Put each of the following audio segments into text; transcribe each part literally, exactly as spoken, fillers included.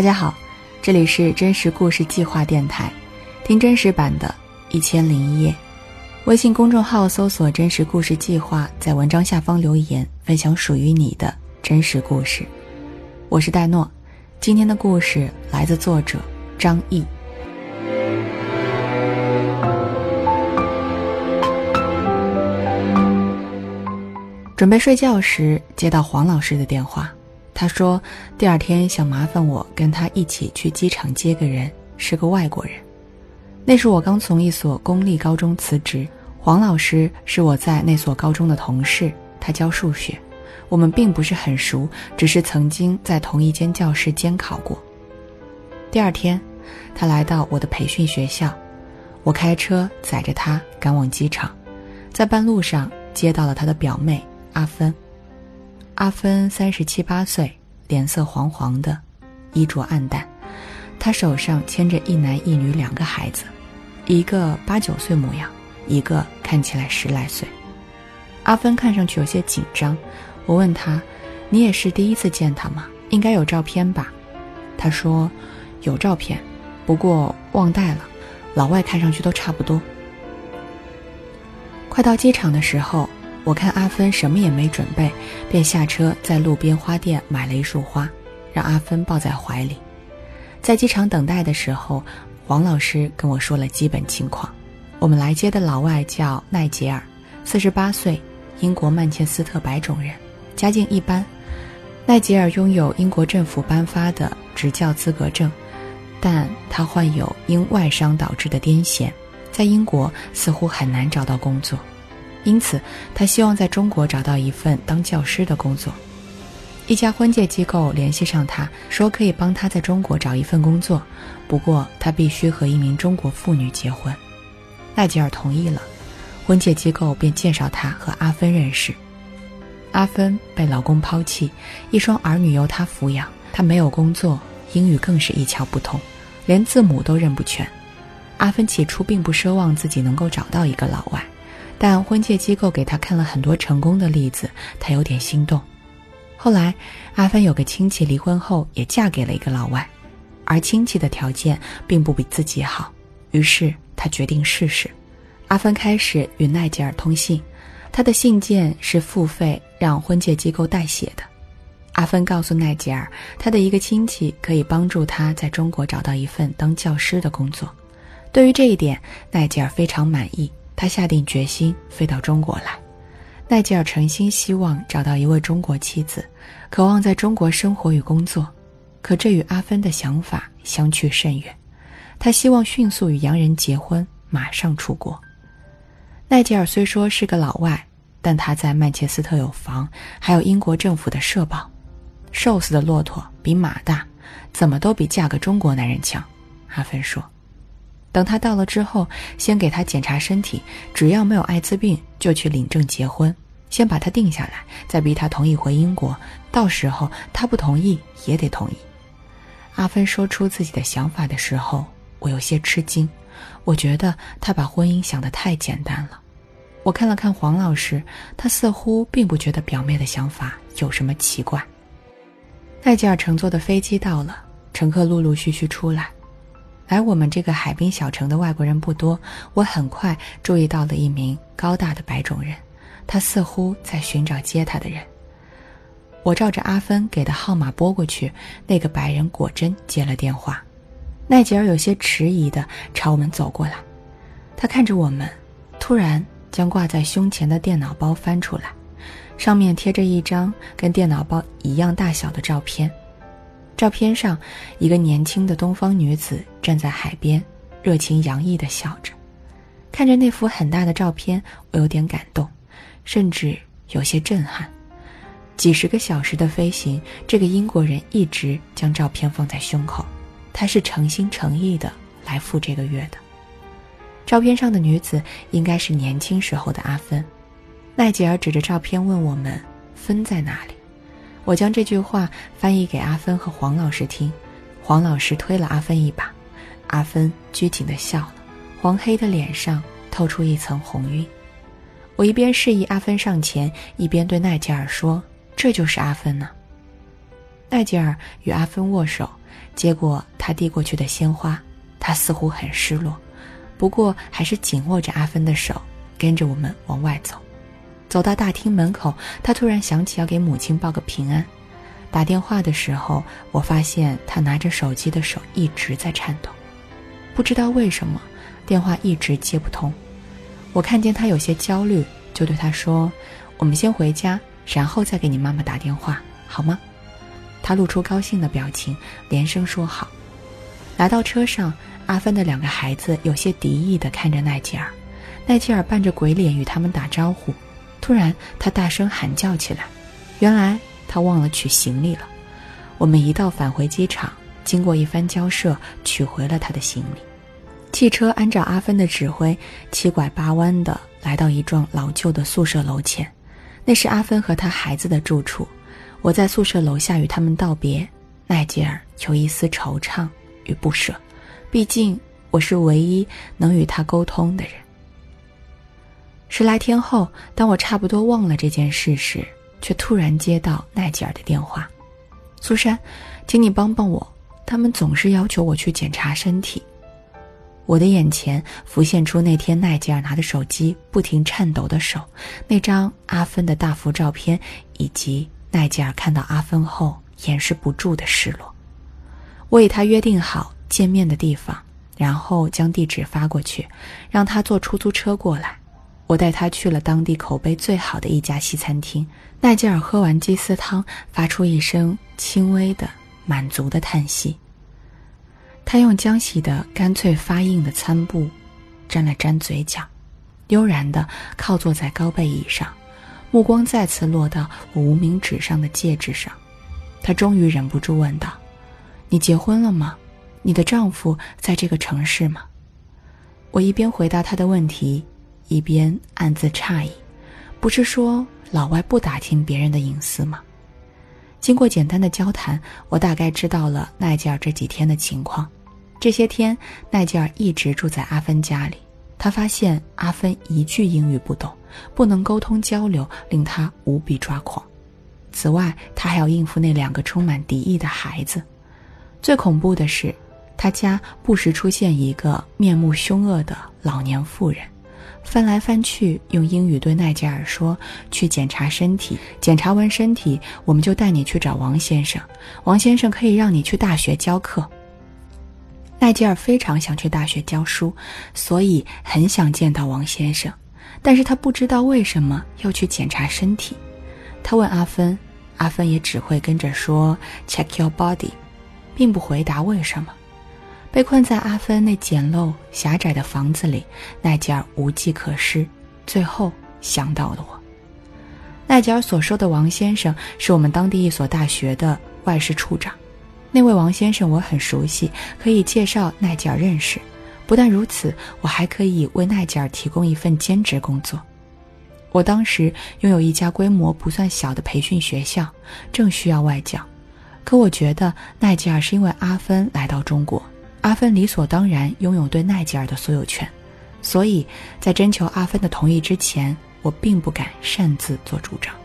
家好，这里是真实故事计划电台，听真实版的一千零一夜。微信公众号搜索真实故事计划，在文章下方留言分享属于你的真实故事。我是戴诺，今天的故事来自作者张毅。准备睡觉时接到黄老师的电话，他说第二天想麻烦我跟他一起去机场接个人，是个外国人。那时我刚从一所公立高中辞职，黄老师是我在那所高中的同事，他教数学，我们并不是很熟，只是曾经在同一间教室监考过。第二天他来到我的培训学校，我开车载着他赶往机场，在半路上接到了他的表妹阿芬。阿芬三十七八岁，脸色黄黄的，衣着暗淡，她手上牵着一男一女两个孩子，一个八九岁模样，一个看起来十来岁。阿芬看上去有些紧张，我问她，你也是第一次见她吗？应该有照片吧？她说有照片，不过忘带了，老外看上去都差不多。快到机场的时候，我看阿芬什么也没准备，便下车在路边花店买了一束花，让阿芬抱在怀里。在机场等待的时候，黄老师跟我说了基本情况。我们来接的老外叫奈杰尔，四十八岁，英国曼彻斯特白种人，家境一般。奈杰尔拥有英国政府颁发的执教资格证，但他患有因外伤导致的癫痫，在英国似乎很难找到工作，因此他希望在中国找到一份当教师的工作。一家婚介机构联系上他，说可以帮他在中国找一份工作，不过他必须和一名中国妇女结婚。奈吉尔同意了，婚介机构便介绍他和阿芬认识。阿芬被老公抛弃，一双儿女由他抚养，他没有工作，英语更是一窍不通，连字母都认不全。阿芬起初并不奢望自己能够找到一个老外，但婚介机构给他看了很多成功的例子，他有点心动。后来阿芬有个亲戚离婚后也嫁给了一个老外，而亲戚的条件并不比自己好，于是他决定试试。阿芬开始与奈吉尔通信，他的信件是付费让婚介机构代写的。阿芬告诉奈吉尔，他的一个亲戚可以帮助他在中国找到一份当教师的工作。对于这一点，奈吉尔非常满意，他下定决心飞到中国来。奈吉尔诚心希望找到一位中国妻子，渴望在中国生活与工作，可这与阿芬的想法相去甚远。他希望迅速与洋人结婚，马上出国。奈吉尔虽说是个老外，但他在曼彻斯特有房，还有英国政府的社保。瘦死的骆驼比马大，怎么都比嫁个中国男人强，阿芬说。等他到了之后，先给他检查身体，只要没有艾滋病就去领证结婚，先把他定下来，再逼他同意回英国，到时候他不同意也得同意。阿芬说出自己的想法的时候，我有些吃惊，我觉得他把婚姻想得太简单了。我看了看黄老师，他似乎并不觉得表妹的想法有什么奇怪。奈吉尔乘坐的飞机到了，乘客陆陆续续出来。来我们这个海滨小城的外国人不多，我很快注意到了一名高大的白种人，他似乎在寻找接他的人。我照着阿芬给的号码拨过去，那个白人果真接了电话。奈吉尔有些迟疑地朝我们走过来，他看着我们，突然将挂在胸前的电脑包翻出来，上面贴着一张跟电脑包一样大小的照片。照片上，一个年轻的东方女子站在海边，热情洋溢地笑着。看着那幅很大的照片，我有点感动，甚至有些震撼。几十个小时的飞行，这个英国人一直将照片放在胸口，他是诚心诚意的来赴这个约的。照片上的女子应该是年轻时候的阿芬。奈吉尔指着照片问我们芬在哪里。我将这句话翻译给阿芬和黄老师听，黄老师推了阿芬一把，阿芬拘谨地笑了，黄黑的脸上透出一层红晕。我一边示意阿芬上前，一边对奈吉尔说，这就是阿芬呢。奈吉尔与阿芬握手， 接过他递过去的鲜花，他似乎很失落，不过还是紧握着阿芬的手，跟着我们往外走。走到大厅门口，他突然想起要给母亲报个平安。打电话的时候，我发现他拿着手机的手一直在颤抖，不知道为什么电话一直接不通。我看见他有些焦虑，就对他说，我们先回家，然后再给你妈妈打电话，好吗？他露出高兴的表情，连声说好。来到车上，阿芬的两个孩子有些敌意地看着奈吉尔，奈吉尔扮着鬼脸与他们打招呼。突然他大声喊叫起来，原来他忘了取行李了。我们一道返回机场，经过一番交涉，取回了他的行李。汽车按照阿芬的指挥，七拐八弯地来到一幢老旧的宿舍楼前，那是阿芬和他孩子的住处。我在宿舍楼下与他们道别，奈吉尔有一丝惆怅与不舍，毕竟我是唯一能与他沟通的人。十来天后，当我差不多忘了这件事时，却突然接到奈吉尔的电话，苏珊，请你帮帮我，他们总是要求我去检查身体。我的眼前浮现出那天奈吉尔拿着手机不停颤抖的手，那张阿芬的大幅照片，以及奈吉尔看到阿芬后掩饰不住的失落。我与他约定好见面的地方，然后将地址发过去，让他坐出租车过来。我带他去了当地口碑最好的一家西餐厅。奈吉尔喝完鸡丝汤，发出一声轻微的满足的叹息。他用浆洗的干脆发硬的餐布沾了沾嘴角，悠然地靠坐在高背椅上，目光再次落到我无名指上的戒指上。他终于忍不住问道，你结婚了吗？你的丈夫在这个城市吗？我一边回答他的问题，一边暗自诧异，不是说老外不打听别人的隐私吗？经过简单的交谈，我大概知道了奈吉尔这几天的情况。这些天，奈吉尔一直住在阿芬家里，他发现阿芬一句英语不懂，不能沟通交流，令他无比抓狂。此外，他还要应付那两个充满敌意的孩子。最恐怖的是，他家不时出现一个面目凶恶的老年妇人，翻来翻去用英语对奈吉尔说，去检查身体，检查完身体我们就带你去找王先生，王先生可以让你去大学教课。奈吉尔非常想去大学教书，所以很想见到王先生，但是他不知道为什么要去检查身体。他问阿芬，阿芬也只会跟着说 check your body， 并不回答为什么。被困在阿芬那简陋狭窄的房子里，奈吉尔无计可施，最后想到了我。奈吉尔所说的王先生是我们当地一所大学的外事处长，那位王先生我很熟悉，可以介绍奈吉尔认识。不但如此，我还可以为奈吉尔提供一份兼职工作。我当时拥有一家规模不算小的培训学校，正需要外教。可我觉得奈吉尔是因为阿芬来到中国，阿芬理所当然拥有对奈吉尔的所有权，所以在征求阿芬的同意之前，我并不敢擅自做主张。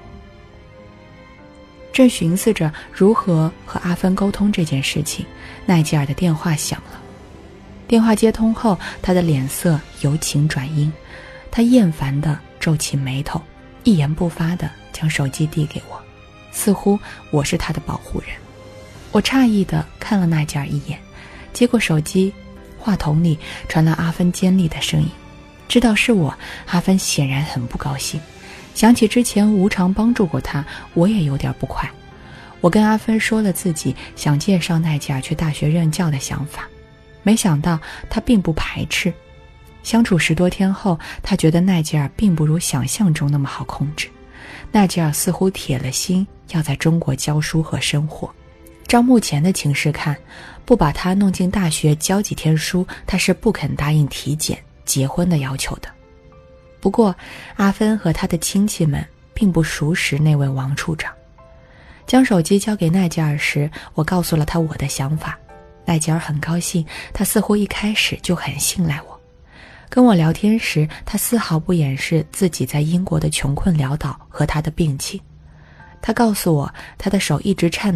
正寻思着如何和阿芬沟通这件事情，奈吉尔的电话响了。电话接通后，他的脸色由晴转阴，他厌烦地皱起眉头，一言不发地将手机递给我，似乎我是他的保护人。我诧异地看了奈吉尔一眼，接过手机，话筒里传来阿芬尖利的声音。知道是我，阿芬显然很不高兴。想起之前无偿帮助过他，我也有点不快。我跟阿芬说了自己想介绍奈吉尔去大学任教的想法，没想到他并不排斥。相处十多天后，他觉得奈吉尔并不如想象中那么好控制。奈吉尔似乎铁了心要在中国教书和生活。照目前的情势看，不把他弄进大学教几天书，他是不肯答应体检、结婚的要求的。不过，阿芬和他的亲戚们并不熟识那位王处长。将手机交给奈吉尔时，我告诉了他我的想法。奈吉尔很高兴，他似乎一开始就很信赖我。跟我聊天时，他丝毫不掩饰自己在英国的穷困潦倒和他的病情。他告诉我，他的手一直颤抖，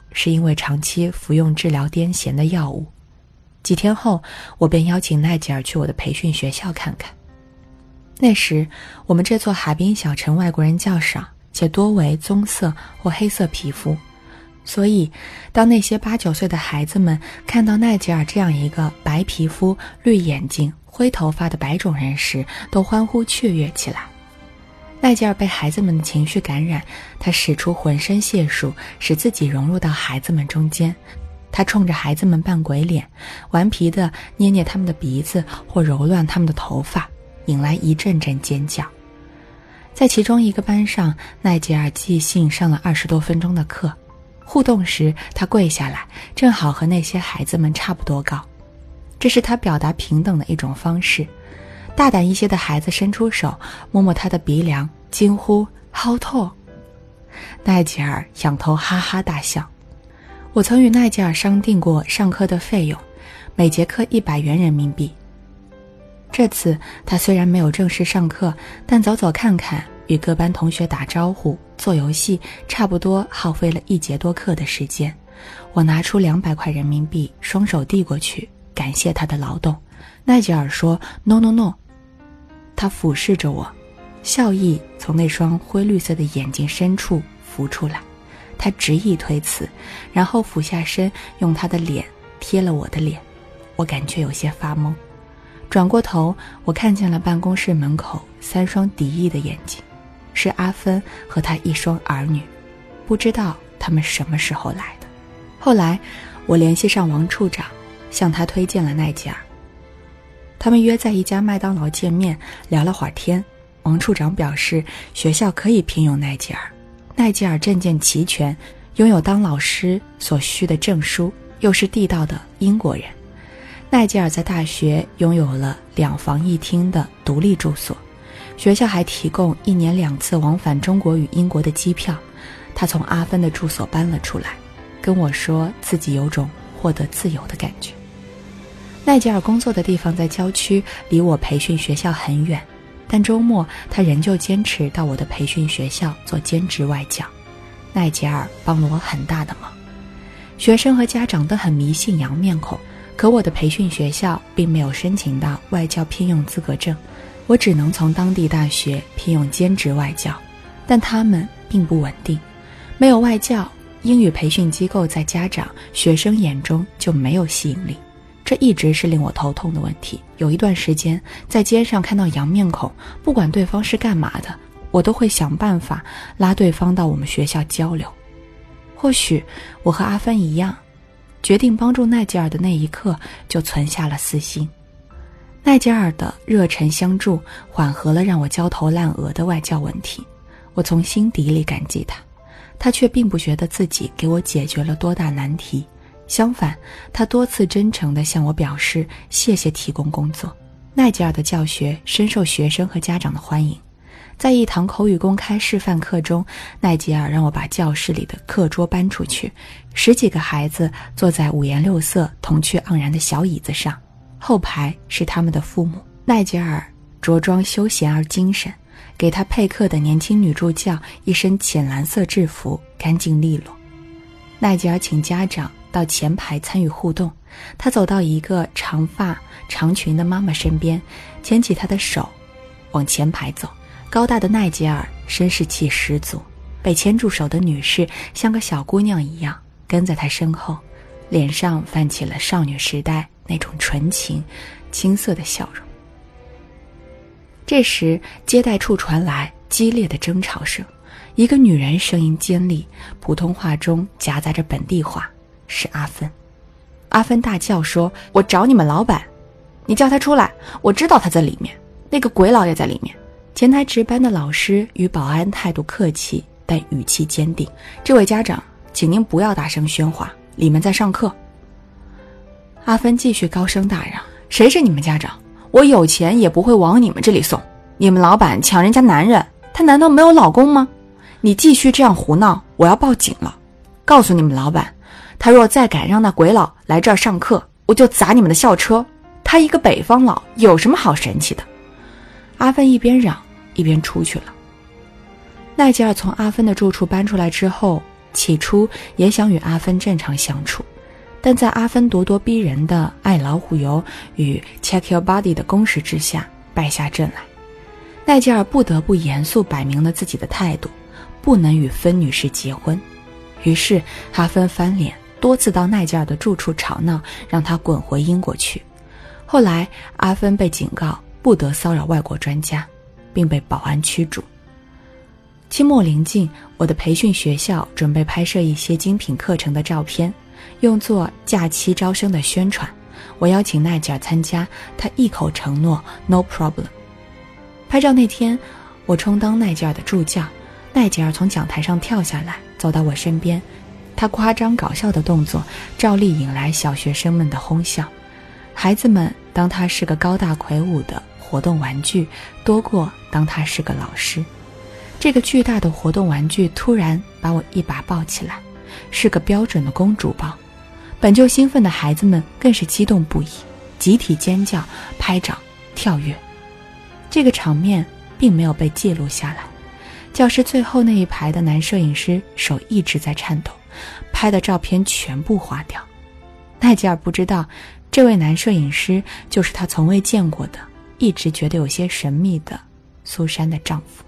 是因为长期服用治疗癫痫的药物。几天后，我便邀请奈吉尔去我的培训学校看看。那时，我们这座海滨小城外国人较少，且多为棕色或黑色皮肤，所以当那些八九岁的孩子们看到奈吉尔这样一个白皮肤、绿眼睛、灰头发的白种人时，都欢呼雀跃起来。奈吉尔被孩子们的情绪感染，他使出浑身解数，使自己融入到孩子们中间。他冲着孩子们扮鬼脸，顽皮地捏捏他们的鼻子或揉乱他们的头发，引来一阵阵尖叫。在其中一个班上，奈吉尔即兴上了二十多分钟的课。互动时，他跪下来，正好和那些孩子们差不多高。这是他表达平等的一种方式。大胆一些的孩子伸出手，摸摸他的鼻梁，惊呼好痛。奈吉尔仰头哈哈大笑。我曾与奈吉尔商定过上课的费用，每节课一百元人民币。这次他虽然没有正式上课，但走走看看，与各班同学打招呼，做游戏，差不多耗费了一节多课的时间。我拿出两百块人民币，双手递过去，感谢他的劳动。奈吉尔说 No No No。 他俯视着我，笑意从那双灰绿色的眼睛深处浮出来。他执意推辞，然后俯下身，用他的脸贴了我的脸。我感觉有些发懵，转过头，我看见了办公室门口三双敌意的眼睛，是阿芬和他一双儿女，不知道他们什么时候来的。后来我联系上王处长，向他推荐了奈吉尔。他们约在一家麦当劳见面，聊了会儿天。王处长表示学校可以聘用奈吉尔，奈吉尔证件齐全，拥有当老师所需的证书，又是地道的英国人。奈吉尔在大学拥有了两房一厅的独立住所，学校还提供一年两次往返中国与英国的机票。他从阿芬的住所搬了出来，跟我说自己有种获得自由的感觉。奈吉尔工作的地方在郊区，离我培训学校很远，但周末他仍旧坚持到我的培训学校做兼职外教。奈吉尔帮了我很大的忙。学生和家长都很迷信洋面孔，可我的培训学校并没有申请到外教聘用资格证，我只能从当地大学聘用兼职外教，但他们并不稳定。没有外教，英语培训机构在家长、学生眼中就没有吸引力。这一直是令我头痛的问题。有一段时间，在街上看到洋面孔，不管对方是干嘛的，我都会想办法拉对方到我们学校交流。或许我和阿芬一样，决定帮助奈吉尔的那一刻就存下了私心。奈吉尔的热忱相助，缓和了让我焦头烂额的外教问题。我从心底里感激他，他却并不觉得自己给我解决了多大难题。相反，他多次真诚地向我表示谢谢提供工作。奈吉尔的教学深受学生和家长的欢迎。在一堂口语公开示范课中，奈吉尔让我把教室里的课桌搬出去，十几个孩子坐在五颜六色、童趣盎然的小椅子上，后排是他们的父母。奈吉尔着装休闲而精神，给他配课的年轻女助教一身浅蓝色制服，干净利落。奈吉尔请家长到前排参与互动，他走到一个长发长裙的妈妈身边，牵起她的手往前排走。高大的奈吉尔绅士气十足，被牵住手的女士像个小姑娘一样跟在他身后，脸上泛起了少女时代那种纯情青涩的笑容。这时接待处传来激烈的争吵声，一个女人声音尖利，普通话中夹杂着本地话，是阿芬。阿芬大叫说，我找你们老板，你叫他出来，我知道他在里面，那个鬼佬也在里面。前台值班的老师与保安态度客气，但语气坚定，这位家长，请您不要大声喧哗，里面在上课。阿芬继续高声大嚷，谁是你们家长？我有钱也不会往你们这里送，你们老板抢人家男人，他难道没有老公吗？你继续这样胡闹，我要报警了。告诉你们老板，他若再敢让那鬼佬来这儿上课，我就砸你们的校车。他一个北方佬有什么好神气的？阿芬一边嚷一边出去了。奈吉尔从阿芬的住处搬出来之后， 起初也想与阿芬正常相处，但在阿芬咄咄逼人的爱老虎油与 Check Your Body 的攻势之下败下阵来。奈吉尔不得不严肃摆明了自己的态度，不能与芬女士结婚。于是阿芬翻脸，多次到奈吉尔的住处吵闹，让他滚回英国去。后来阿芬被警告不得骚扰外国专家，并被保安驱逐。期末临近，我的培训学校准备拍摄一些精品课程的照片，用作假期招生的宣传。我邀请奈吉尔参加，他一口承诺 No problem。 拍照那天，我充当奈吉尔的助教，奈吉尔从讲台上跳下来，走到我身边，他夸张搞笑的动作照例引来小学生们的哄笑。孩子们当他是个高大魁梧的活动玩具，多过当他是个老师。这个巨大的活动玩具突然把我一把抱起来，是个标准的公主抱。本就兴奋的孩子们更是激动不已，集体尖叫、拍掌、跳跃。这个场面并没有被记录下来。教室最后那一排的男摄影师手一直在颤抖，拍的照片全部划掉。奈吉尔不知道，这位男摄影师就是他从未见过的，一直觉得有些神秘的苏珊的丈夫。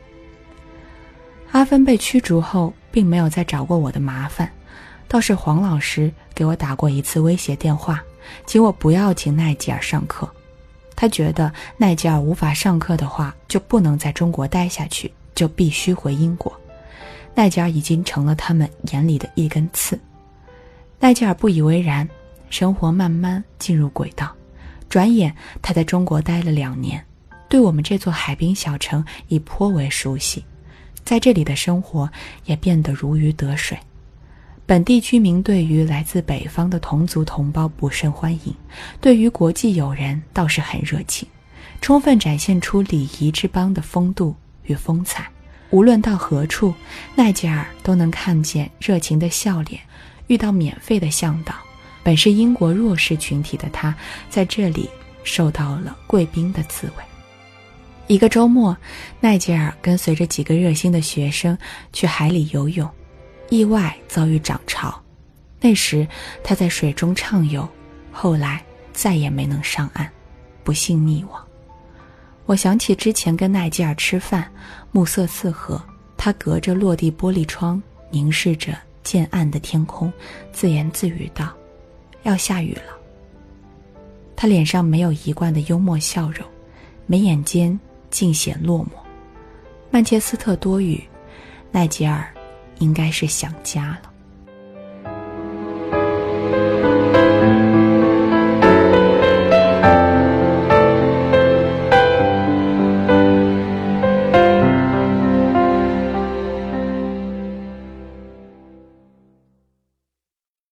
阿芬被驱逐后并没有再找过我的麻烦，倒是黄老师给我打过一次威胁电话，请我不要请奈吉尔上课。他觉得奈吉尔无法上课的话，就不能在中国待下去，就必须回英国。奈吉尔已经成了他们眼里的一根刺。奈吉尔不以为然，生活慢慢进入轨道。转眼他在中国待了两年，对我们这座海滨小城已颇为熟悉，在这里的生活也变得如鱼得水。本地居民对于来自北方的同族同胞不甚欢迎，对于国际友人倒是很热情，充分展现出礼仪之邦的风度与风采。无论到何处，奈吉尔都能看见热情的笑脸，遇到免费的向导。本是英国弱势群体的他，在这里受到了贵宾的滋味。一个周末，奈吉尔跟随着几个热心的学生去海里游泳，意外遭遇涨潮。那时他在水中畅游，后来再也没能上岸，不幸溺亡。我想起之前跟奈吉尔吃饭，暮色四合，他隔着落地玻璃窗凝视着渐暗的天空，自言自语道：要下雨了。他脸上没有一贯的幽默笑容，眉眼间尽显落寞。曼彻斯特多雨，奈吉尔应该是想家了。